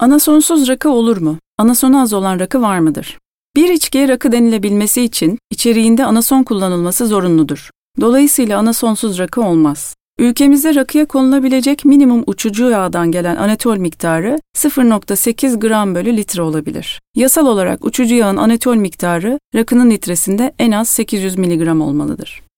Anasonsuz rakı olur mu? Anasonu az olan rakı var mıdır? Bir içkiye rakı denilebilmesi için içeriğinde anason kullanılması zorunludur. Dolayısıyla anasonsuz rakı olmaz. Ülkemizde rakıya konulabilecek minimum uçucu yağdan gelen anetol miktarı 0,8 gram bölü litre olabilir. Yasal olarak uçucu yağın anetol miktarı rakının litresinde en az 800 mg olmalıdır.